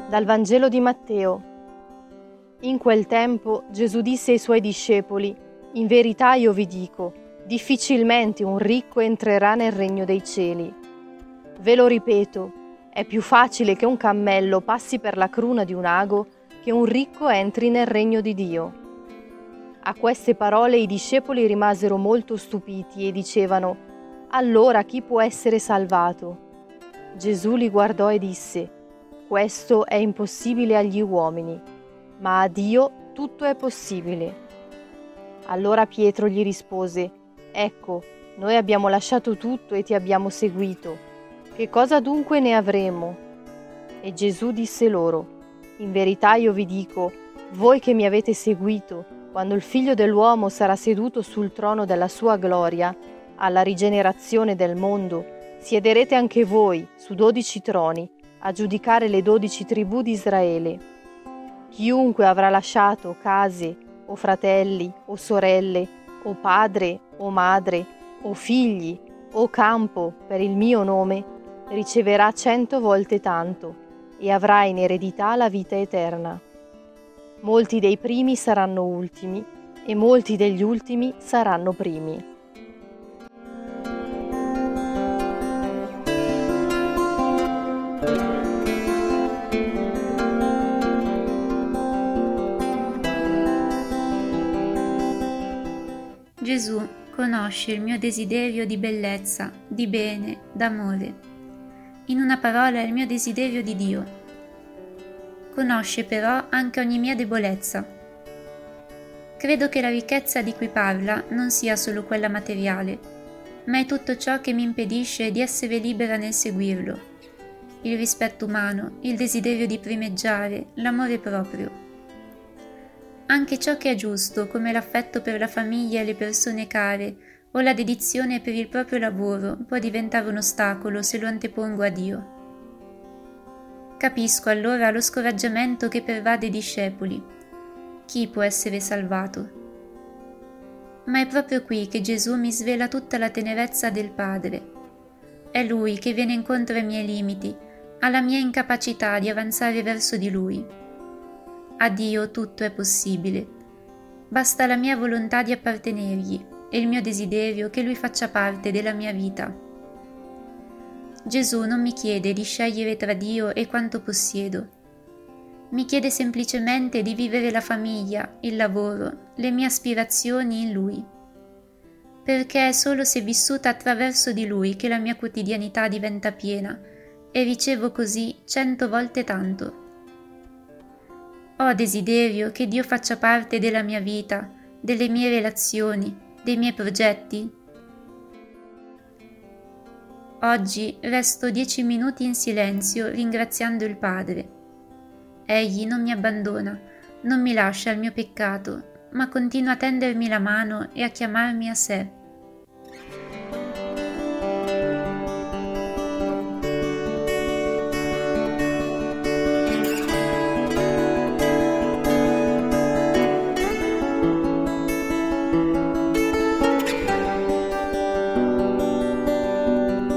Dal Vangelo di Matteo. In quel tempo Gesù disse ai suoi discepoli: «In verità io vi dico, difficilmente un ricco entrerà nel regno dei cieli. Ve lo ripeto, è più facile che un cammello passi per la cruna di un ago che un ricco entri nel regno di Dio». A queste parole i discepoli rimasero molto stupiti e dicevano: «Allora chi può essere salvato?» Gesù li guardò e disse: «Questo è impossibile agli uomini, ma a Dio tutto è possibile». Allora Pietro gli rispose: «Ecco, noi abbiamo lasciato tutto e ti abbiamo seguito. Che cosa dunque ne avremo?» E Gesù disse loro: «In verità io vi dico, voi che mi avete seguito, quando il Figlio dell'uomo sarà seduto sul trono della sua gloria, alla rigenerazione del mondo, siederete anche voi su 12 troni, a giudicare le 12 tribù di Israele. Chiunque avrà lasciato case, o fratelli, o sorelle, o padre, o madre, o figli, o campo, per il mio nome, riceverà 100 volte tanto, e avrà in eredità la vita eterna. Molti dei primi saranno ultimi, e molti degli ultimi saranno primi». Gesù conosce il mio desiderio di bellezza, di bene, d'amore. In una parola, il mio desiderio di Dio. Conosce però anche ogni mia debolezza. Credo che la ricchezza di cui parla non sia solo quella materiale, ma è tutto ciò che mi impedisce di essere libera nel seguirlo. Il rispetto umano, il desiderio di primeggiare, l'amore proprio. Anche ciò che è giusto, come l'affetto per la famiglia e le persone care, o la dedizione per il proprio lavoro, può diventare un ostacolo se lo antepongo a Dio. Capisco allora lo scoraggiamento che pervade i discepoli. Chi può essere salvato? Ma è proprio qui che Gesù mi svela tutta la tenerezza del Padre. È Lui che viene incontro ai miei limiti, alla mia incapacità di avanzare verso di Lui. A Dio tutto è possibile. Basta la mia volontà di appartenergli e il mio desiderio che Lui faccia parte della mia vita. Gesù non mi chiede di scegliere tra Dio e quanto possiedo. Mi chiede semplicemente di vivere la famiglia, il lavoro, le mie aspirazioni in Lui. Perché è solo se vissuta attraverso di Lui che la mia quotidianità diventa piena e ricevo così 100 volte tanto. Ho desiderio che Dio faccia parte della mia vita, delle mie relazioni, dei miei progetti. Oggi resto 10 minuti in silenzio ringraziando il Padre. Egli non mi abbandona, non mi lascia al mio peccato, ma continua a tendermi la mano e a chiamarmi a sé.